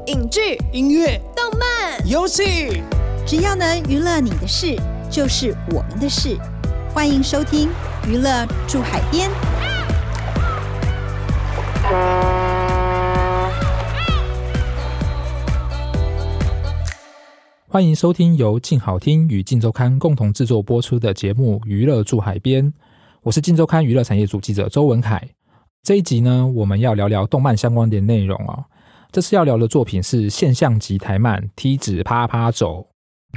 影剧、 音乐、 动漫、 游戏， 只要能娱乐你的事，就是我们的事。欢迎收听娱乐住海边。 欢迎收听由静好听与静周刊共同制作播出的节目《娱乐住海边》，我是静周刊娱乐产业组记者周文凯。这一集呢，我们要聊聊动漫相关的内容哦。这次要聊的作品是现象级台漫《梯子啪啪走》。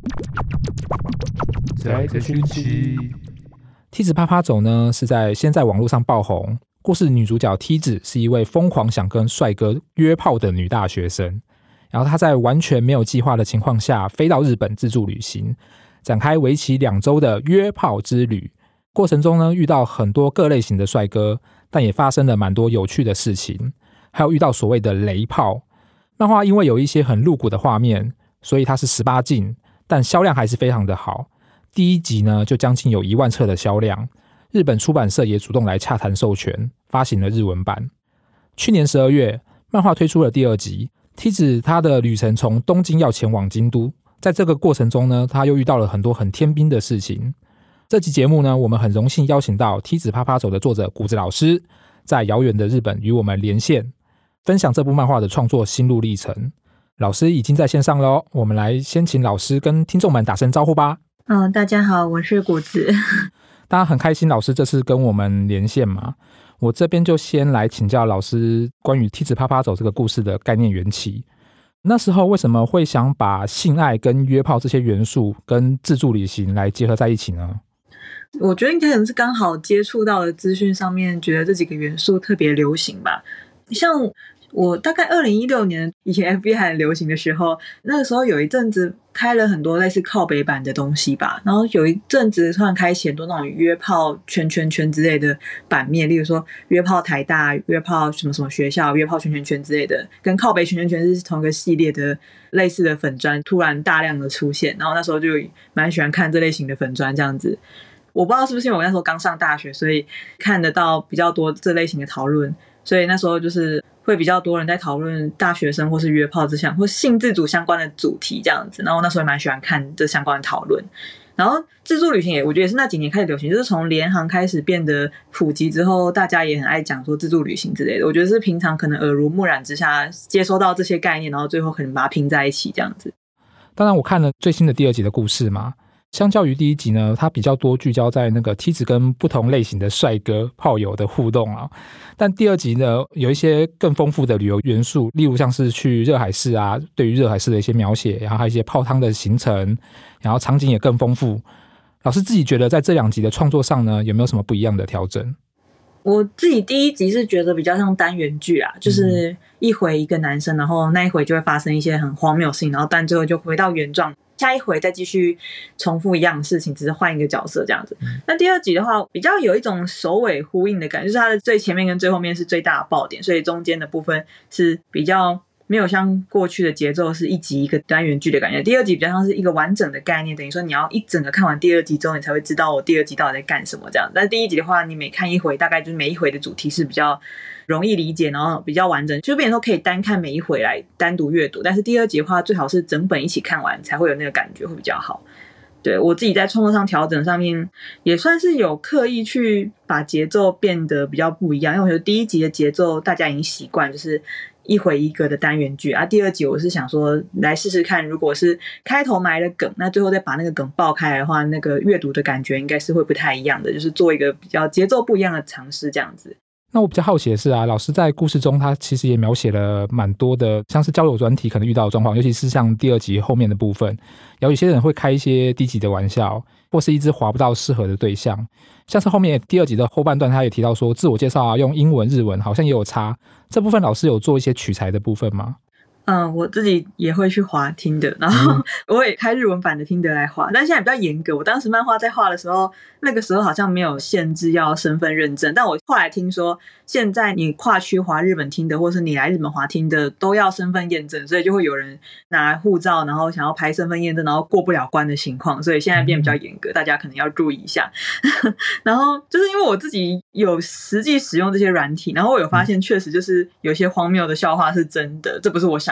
在这讯息， 梯子啪啪走呢，是先在网络上爆红。故事女主角梯子是一位疯狂想跟帅哥约炮的女大学生，然后她在完全没有计划的情况下飞到日本自助旅行，展开为期2周的约炮之旅。过程中呢，遇到很多各类型的帅哥，但也发生了蛮多有趣的事情，还有遇到所谓的雷炮。漫画因为有一些很露骨的画面，所以它是18禁，但销量还是非常的好。第一集呢，就将近有1万册的销量。日本出版社也主动来洽谈授权，发行了日文版。去年12月，漫画推出了第2集。梯子他的旅程从东京要前往京都，在这个过程中呢，他又遇到了很多很天兵的事情。这期节目呢，我们很荣幸邀请到梯子啪啪走的作者谷子老师，在遥远的日本与我们连线，分享这部漫画的创作心路历程。老师已经在线上了，我们来先请老师跟听众们打声招呼吧。 大家好，我是谷子。 大家很开心老师这次跟我们连线嘛，我这边就先来请教老师关于梯子啪啪走这个故事的概念缘起。那时候为什么会想把性爱跟约炮这些元素跟自助旅行来结合在一起呢？ 我觉得应该可能是刚好接触到的资讯上面，觉得这几个元素特别流行吧。像我大概2016年以前 FB 还很流行的时候，那个时候有一阵子开了很多类似靠北版的东西吧，然后有一阵子突然开启很多那种约炮圈之类的版面，例如说约炮台大、约炮什么什么学校、约炮圈之类的，跟靠北圈是同一个系列的类似的粉专突然大量的出现，然后那时候就蛮喜欢看这类型的粉专这样子。我不知道是不是因为我那时候刚上大学，所以看得到比较多这类型的讨论，所以那时候就是会比较多人在讨论大学生或是约炮这项或性自主相关的主题这样子，然后那时候也蛮喜欢看这相关的讨论。然后自助旅行我觉得也是那几年开始流行，就是从联航开始变得普及之后，大家也很爱讲说自助旅行之类的。我觉得是平常可能耳濡目染之下接收到这些概念，然后最后可能把它拼在一起这样子。 当然我看了最新的第2集的故事嘛，相较于第1集呢，它比较多聚焦在那个梯子跟不同类型的帅哥炮友的互动啊。但第2集呢，有一些更丰富的旅游元素，例如像是去热海市啊，对于热海市的一些描写，然后还有一些泡汤的行程，然后场景也更丰富。老师自己觉得在这2集的创作上呢，有没有什么不一样的调整？ 我自己第1集是觉得比较像单元剧啊，就是一回一个男生，然后那一回就会发生一些很荒谬的事情，然后但最后就回到原状，下一回再继续重复一样的事情，只是换一个角色这样子。那第2集的话，比较有一种首尾呼应的感觉，就是它的最前面跟最后面是最大的爆点，所以中间的部分是比较没有像过去的节奏是一集一个单元剧的感觉。第2集比较像是一个完整的概念，等于说你要一整个看完第2集之后，你才会知道我第2集到底在干什么这样。但是第1集的话，你每看一回，大概就是每一回的主题是比较容易理解，然后比较完整，就变成说可以单看每一回来单独阅读。但是第2集的话，最好是整本一起看完，才会有那个感觉，会比较好。对，我自己在创作上调整上面也算是有刻意去把节奏变得比较不一样，因为我觉得第1集的节奏大家已经习惯，就是一回一个的单元剧啊。第2集我是想说来试试看，如果是开头埋了梗，那最后再把那个梗爆开来的话，那个阅读的感觉应该是会不太一样的，就是做一个比较节奏不一样的尝试这样子。 那我比较好奇的是啊，老师在故事中他其实也描写了蛮多的像是交友软体可能遇到的状况，尤其是像第2集后面的部分，然后有些人会开一些低级的玩笑，或是一直滑不到适合的对象。像是后面第2集的后半段他也提到说自我介绍啊，用英文日文好像也有差，这部分老师有做一些取材的部分吗？ 我自己也会去滑听的，然后我也开日文版的听的来滑，但现在比较严格。我当时漫画在画的时候，那个时候好像没有限制要身份认证，但我后来听说现在你跨区滑日本听的，或是你来日本滑听的都要身份验证，所以就会有人拿护照然后想要拍身份验证然后过不了关的情况，所以现在变比较严格，大家可能要注意一下。然后就是因为我自己有实际使用这些软体，然后我有发现确实就是有些荒谬的笑话是真的，这不是我想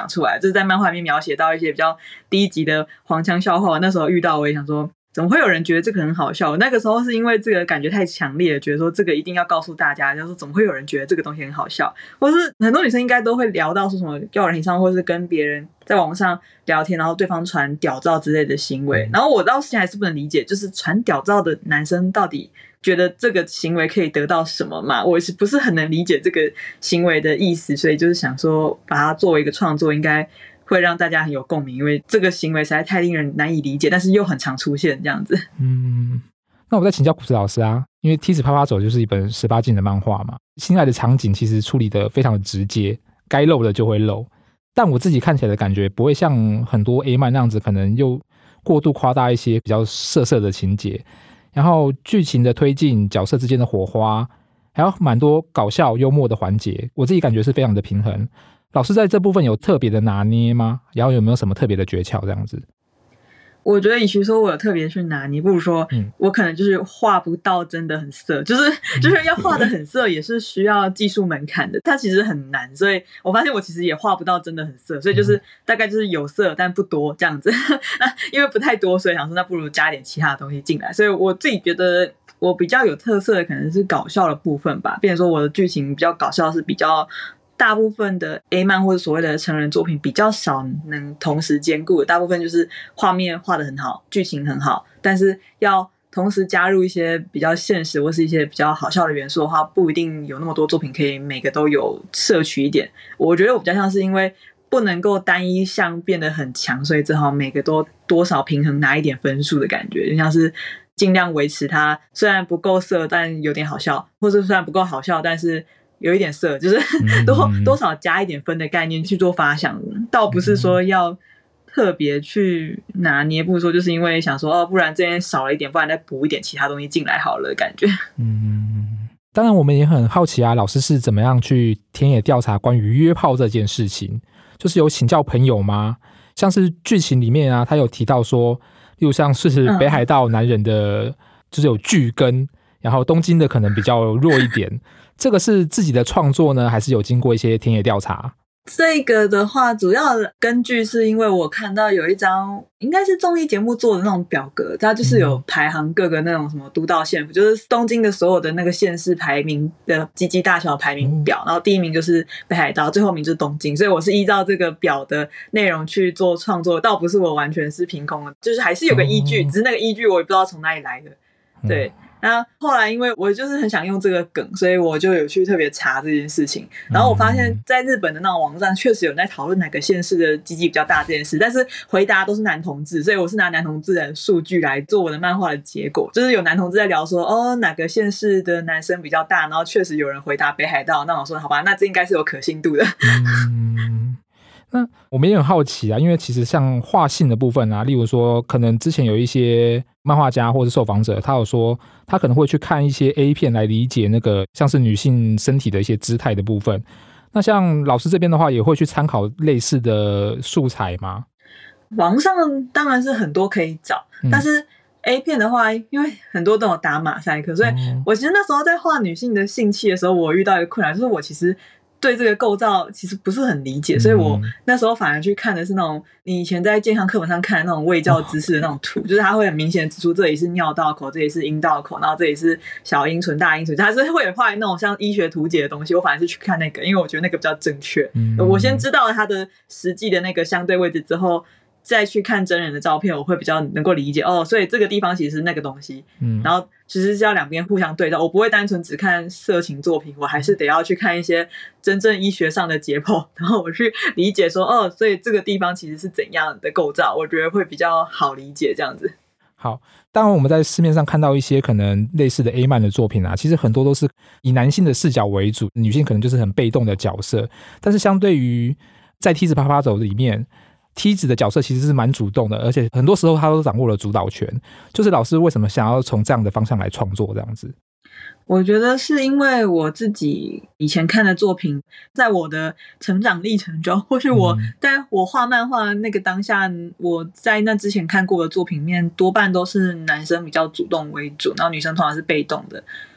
讲出来，就是在漫画里面描写到一些比较低级的黄腔笑话，那时候遇到我也想说怎么会有人觉得这个很好笑？那个时候是因为这个感觉太强烈了，觉得说这个一定要告诉大家，就是怎么会有人觉得这个东西很好笑？或是很多女生应该都会聊到说什么交友软体上，或是跟别人在网上聊天，然后对方传屌照之类的行为。然后我到现在还是不能理解，就是传屌照的男生到底觉得这个行为可以得到什么嘛？我是不是很能理解这个行为的意思？所以就是想说，把它作为一个创作，应该会让大家很有共鸣，因为这个行为实在太令人难以理解，但是又很常出现这样子。 那我再请教古子老师啊，因为《梯子啪啪走》就是一本18禁的漫画嘛，性爱的场景其实处理的非常的直接，该露的就会露，但我自己看起来的感觉不会像很多 A 漫那样子，可能又过度夸大一些比较色色的情节，然后剧情的推进、角色之间的火花，还有蛮多搞笑幽默的环节，我自己感觉是非常的平衡。老师在这部分有特别的拿捏吗？然后有没有什么特别的诀窍这样子？ 我觉得与其说我有特别去拿捏，不如说我可能就是画不到真的很色，就是要画的很色也是需要技术门槛的，它其实很难，所以我发现我其实也画不到真的很色，所以就是大概就是有色但不多这样子。因为不太多，所以想说那不如加点其他的东西进来，所以我自己觉得我比较有特色的可能是搞笑的部分吧，变成说我的剧情比较搞笑，是比较大部分的 A 漫或者所谓的成人作品比较少能同时兼顾的，大部分就是画面画得很好，剧情很好，但是要同时加入一些比较现实或是一些比较好笑的元素的话，不一定有那么多作品可以每个都有摄取一点。我觉得我比较像是因为不能够单一项变得很强，所以只好每个都多少平衡拿一点分数的感觉，就像是尽量维持它虽然不够色但有点好笑，或是虽然不够好笑但是有一点色，就是多少加一点分的概念去做发想，倒不是说要特别去拿捏，不是说就是因为想说不然这边少了一点，不然再补一点其他东西进来好了感觉。 当然我们也很好奇啊，老师是怎么样去田野调查关于约炮这件事情，就是有请教朋友吗？像是剧情里面啊，他有提到说，例如像是北海道男人的就是有巨根，然后东京的可能比较弱一点。这个是自己的创作呢，还是有经过一些田野调查？ 这个的话主要根据是因为我看到有一张应该是综艺节目做的那种表格，它就是有排行各个那种什么都道县府，就是东京的所有的那个县市排名的鸡鸡大小排名表，然后第一名就是北海道，最后名就是东京，所以我是依照这个表的内容去做创作，倒不是我完全是凭空的，就是还是有个依据，只是那个依据我也不知道从哪里来的。对，那后来因为我就是很想用这个梗，所以我就有去特别查这件事情，然后我发现在日本的那种网站确实有人在讨论哪个县市的鸡鸡比较大这件事，但是回答都是男同志，所以我是拿男同志的数据来做我的漫画的结果，就是有男同志在聊说哪个县市的男生比较大，然后确实有人回答北海道，那我说好吧，那这应该是有可信度的。 那我们也很好奇啊，因为其实像画性的部分啊，例如说可能之前有一些漫画家或是受访者，他有说他可能会去看一些 A 片来理解那个像是女性身体的一些姿态的部分。那像老师这边的话，也会去参考类似的素材吗？ 网上当然是很多可以找，但是 A 片的话，因为很多都有打马赛克，所以我其实那时候在画女性的性器的时候，我遇到一个困难，就是我其实对这个构造其实不是很理解，所以我那时候反而去看的是那种你以前在健康课本上看的那种卫教知识的那种图，就是它会很明显指出这里是尿道口，这里是阴道口，然后这里是小阴唇大阴唇，它是会有画那种像医学图解的东西，我反而是去看那个，因为我觉得那个比较正确。我先知道了它的实际的那个相对位置之后，再去看真人的照片，我会比较能够理解所以这个地方其实是那个东西，然后其实是要两边互相对照，我不会单纯只看色情作品，我还是得要去看一些真正医学上的解剖，然后我去理解说所以这个地方其实是怎样的构造，我觉得会比较好理解这样子。 好，当然我们在市面上看到一些可能类似的 A 漫的作品啊，其实很多都是以男性的视角为主，女性可能就是很被动的角色，但是相对于在梯子啪啪走里面，梯子的角色其实是蛮主动的，而且很多时候他都掌握了主导权，就是老师为什么想要从这样的方向来创作这样子？ 我觉得是因为我自己以前看的作品，在我的成长历程中，或是在我画漫画那个当下，我在那之前看过的作品面多半都是男生比较主动为主，然后女生通常是被动的。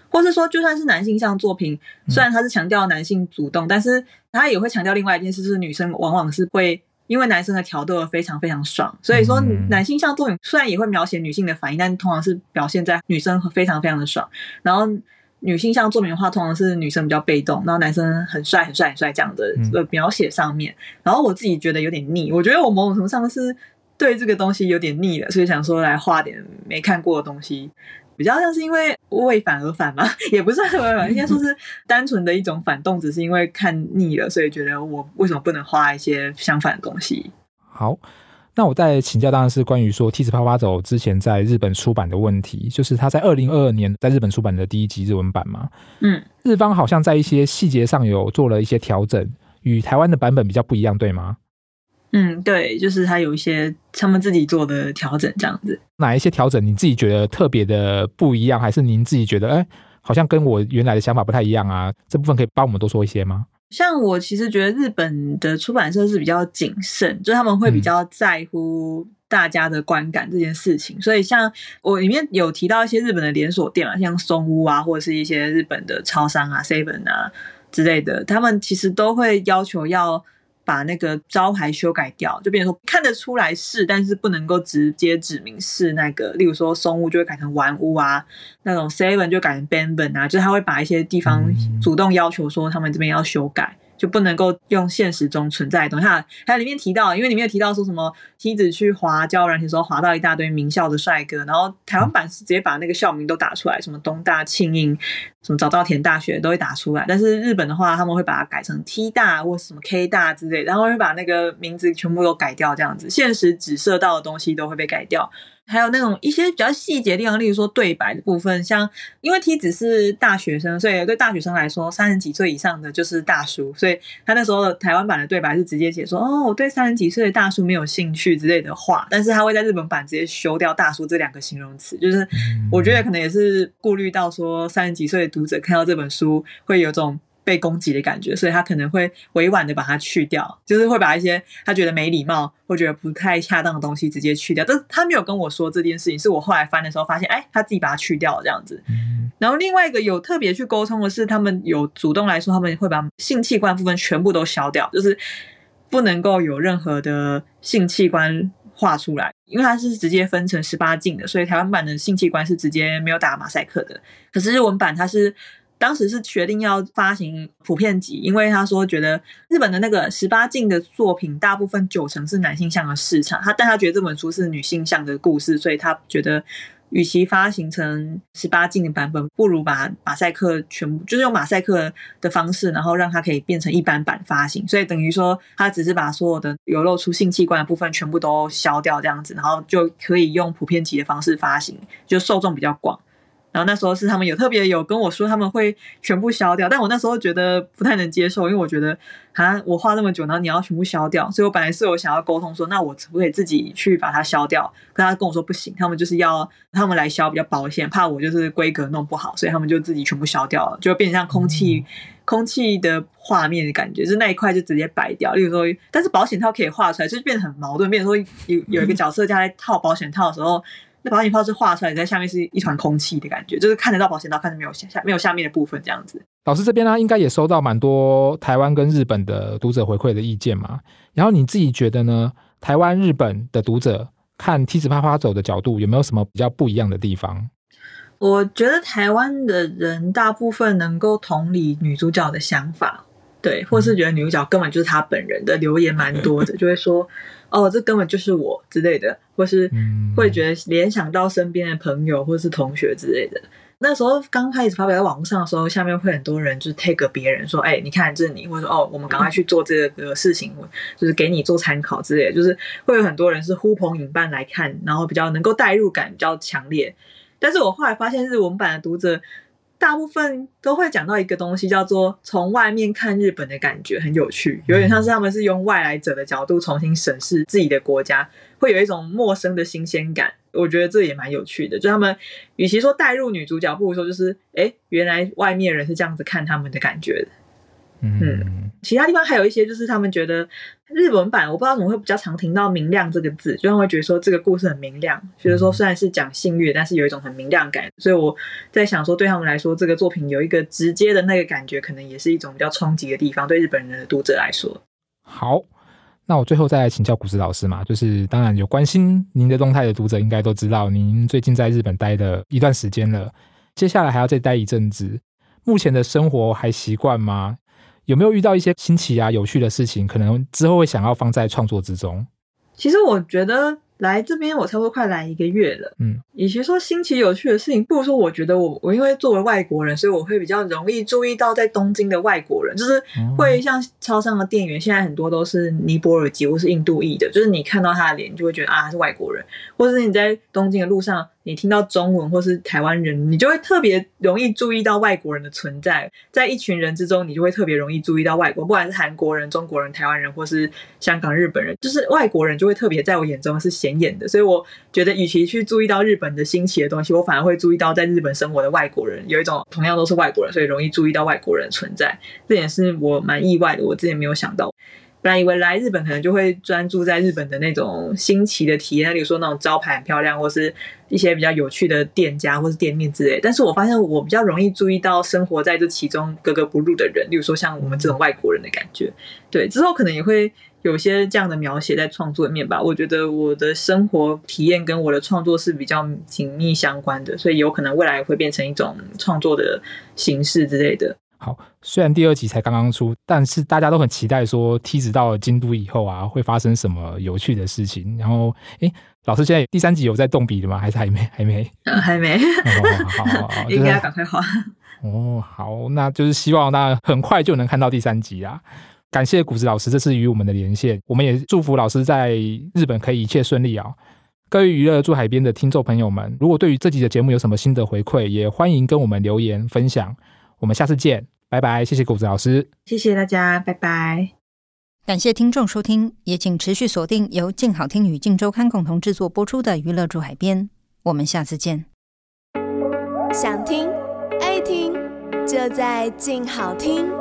或是说就算是男性向作品，虽然他是强调男性主动，但是他也会强调另外一件事，就是女生往往是会因为男生的挑逗而非常非常爽，所以说男性向作品虽然也会描写女性的反应，但通常是表现在女生非常非常的爽，然后女性向作品的话通常是女生比较被动，然后男生很帅很帅很帅这样的描写上面，然后我自己觉得有点腻，我觉得我某种程度上是对这个东西有点腻了，所以想说来画点没看过的东西，比较像是因为为反而反嘛，也不是为反，应该说是单纯的一种反动，只是因为看腻了，所以觉得我为什么不能画一些相反的东西。 好，那我再请教当然是关于说梯子啪啪走之前在日本出版的问题，就是他在2022年在日本出版的第一集日文版嘛，日方好像在一些细节上有做了一些调整，与台湾的版本比较不一样，对吗？ 对，就是他有一些他们自己做的调整这样子。 哪一些调整你自己觉得特别的不一样，还是您自己觉得好像跟我原来的想法不太一样啊？这部分可以帮我们多说一些吗？ 像我其实觉得日本的出版社是比较谨慎，就是他们会比较在乎大家的观感这件事情，所以像我里面有提到一些日本的连锁店啊，像松屋啊，或者是一些日本的超商啊 Seven 啊之类的，他们其实都会要求要把那个招牌修改掉，就变成说看得出来是，但是不能够直接指明是那个，例如说松屋就会改成丸屋啊，那种 Seven 就改成 Benben 啊，就是他会把一些地方主动要求说他们这边要修改，就不能够用现实中存在的东西。还有里面提到，因为里面有提到说什么梯子去滑交友软体的时候滑到一大堆名校的帅哥，然后台湾版是直接把那个校名都打出来，什么东大、庆应、什么早稻田大学都会打出来，但是日本的话他们会把它改成 T 大或什么 K 大之类的，然后会把那个名字全部都改掉，这样子现实指涉到的东西都会被改掉。还有那种一些比较细节的地方，例如说对白的部分，像因为梯子是大学生，所以对大学生来说30几岁以上的就是大叔，所以他那时候台湾版的对白是直接写说我对30几岁的大叔没有兴趣之类的话，但是他会在日本版直接修掉大叔这2个形容词，就是我觉得可能也是顾虑到说30几岁的读者看到这本书会有种被攻击的感觉，所以他可能会委婉的把它去掉，就是会把一些他觉得没礼貌或觉得不太恰当的东西直接去掉，但是他没有跟我说这件事情，是我后来翻的时候发现他自己把它去掉了这样子。然后另外一个有特别去沟通的是，他们有主动来说他们会把性器官部分全部都消掉，就是不能够有任何的性器官画出来，因为它是直接分成18禁的，所以台湾版的性器官是直接没有打马赛克的，可是日文版它是当时是决定要发行普遍集，因为他说觉得日本的那个18禁的作品大部分90%是男性向的市场，但他觉得这本书是女性向的故事，所以他觉得与其发行成18禁的版本，不如把马赛克全部就是用马赛克的方式，然后让它可以变成一般版发行，所以等于说他只是把所有的有露出性器官的部分全部都消掉这样子，然后就可以用普遍集的方式发行，就受众比较广。然后那时候是他们特别有跟我说他们会全部消掉，但我那时候觉得不太能接受，因为我觉得我画那么久然后你要全部消掉，所以我本来是有想要沟通说那我可不可以自己去把它消掉，可他跟我说不行，他们就是要他们来消比较保险，怕我就是规格弄不好，所以他们就自己全部消掉了，就变成像空气的画面的感觉，就是那一块就直接白掉。例如说但是保险套可以画出来，就变得很矛盾，变成说有一个角色在套保险套的时候，那保险套是画出来在下面是一团空气的感觉，就是看得到保险套，看着没有下面的部分这样子。 老师这边应该也收到蛮多台湾跟日本的读者回馈的意见嘛，然后你自己觉得呢，台湾日本的读者看梯子啪啪走的角度有没有什么比较不一样的地方？ 我觉得台湾的人大部分能够同理女主角的想法，对，或是觉得女主角根本就是她本人的留言蛮多的，就会说这根本就是我之类的，或是会觉得联想到身边的朋友或是同学之类的。那时候刚开始发表在网络上的时候，下面会很多人就 tag 别人说你看这是你，或者说我们赶快去做这个事情，就是给你做参考之类的，就是会有很多人是呼朋引伴来看，然后比较能够代入感比较强烈。但是我后来发现日文版的读者大部分都会讲到一个东西叫做从外面看日本的感觉，很有趣，有点像是他们是用外来者的角度重新审视自己的国家，会有一种陌生的新鲜感，我觉得这也蛮有趣的，就他们与其说带入女主角，不如说就是原来外面人是这样子看他们的感觉的。 其他地方还有一些就是他们觉得日文版我不知道怎么会比较常听到明亮这个字，就他们会觉得说这个故事很明亮，觉得说虽然是讲性欲但是有一种很明亮感，所以我在想说对他们来说这个作品有一个直接的那个感觉，可能也是一种比较冲击的地方，对日本人的读者来说。 好，那我最后再来请教古子老师嘛，就是当然有关心您的动态的读者应该都知道您最近在日本待了一段时间了，接下来还要再待一阵子，目前的生活还习惯吗？有没有遇到一些新奇啊有趣的事情，可能之后会想要放在创作之中？ 其实我觉得来这边我差不多快来1个月了，与其说新奇有趣的事情，不如说我觉得我因为作为外国人，所以我会比较容易注意到在东京的外国人，就是会像超商的店员现在很多都是尼泊尔籍或是印度裔的，就是你看到他的脸就会觉得啊他是外国人，或是你在东京的路上你听到中文或是台湾人，你就会特别容易注意到外国人的存在，在一群人之中你就会特别容易注意到外国，不管是韩国人、中国人、台湾人或是香港、日本人，就是外国人就会特别在我眼中是显眼的，所以我觉得与其去注意到日本的新奇的东西，我反而会注意到在日本生活的外国人，有一种同样都是外国人所以容易注意到外国人的存在，这也是我蛮意外的，我之前没有想到。本来以为来日本可能就会专注在日本的那种新奇的体验，例如说那种招牌很漂亮或是一些比较有趣的店家或是店面之类，但是我发现我比较容易注意到生活在这其中格格不入的人，例如说像我们这种外国人的感觉。对，之后可能也会有些这样的描写在创作里面吧，我觉得我的生活体验跟我的创作是比较紧密相关的，所以有可能未来会变成一种创作的形式之类的。 好，虽然第2集才刚刚出，但是大家都很期待说梯子到了京都以后啊会发生什么有趣的事情。然后老师现在第3集有在动笔的吗？还是还没？还没。好，应该要赶快画。 好，那就是希望大家很快就能看到第3集啦。感谢古子老师这次与我们的连线，我们也祝福老师在日本可以一切顺利啊。各位娱乐住海边的听众朋友们，如果对于这集的节目有什么心得回馈，也欢迎跟我们留言分享。我们下次见，拜拜！谢谢古子老师， 谢谢大家，拜拜。 感谢听众收听，也请持续锁定由静好听与静周刊共同制作播出的娱乐住海边，我们下次见。 想听爱听，就在静好听。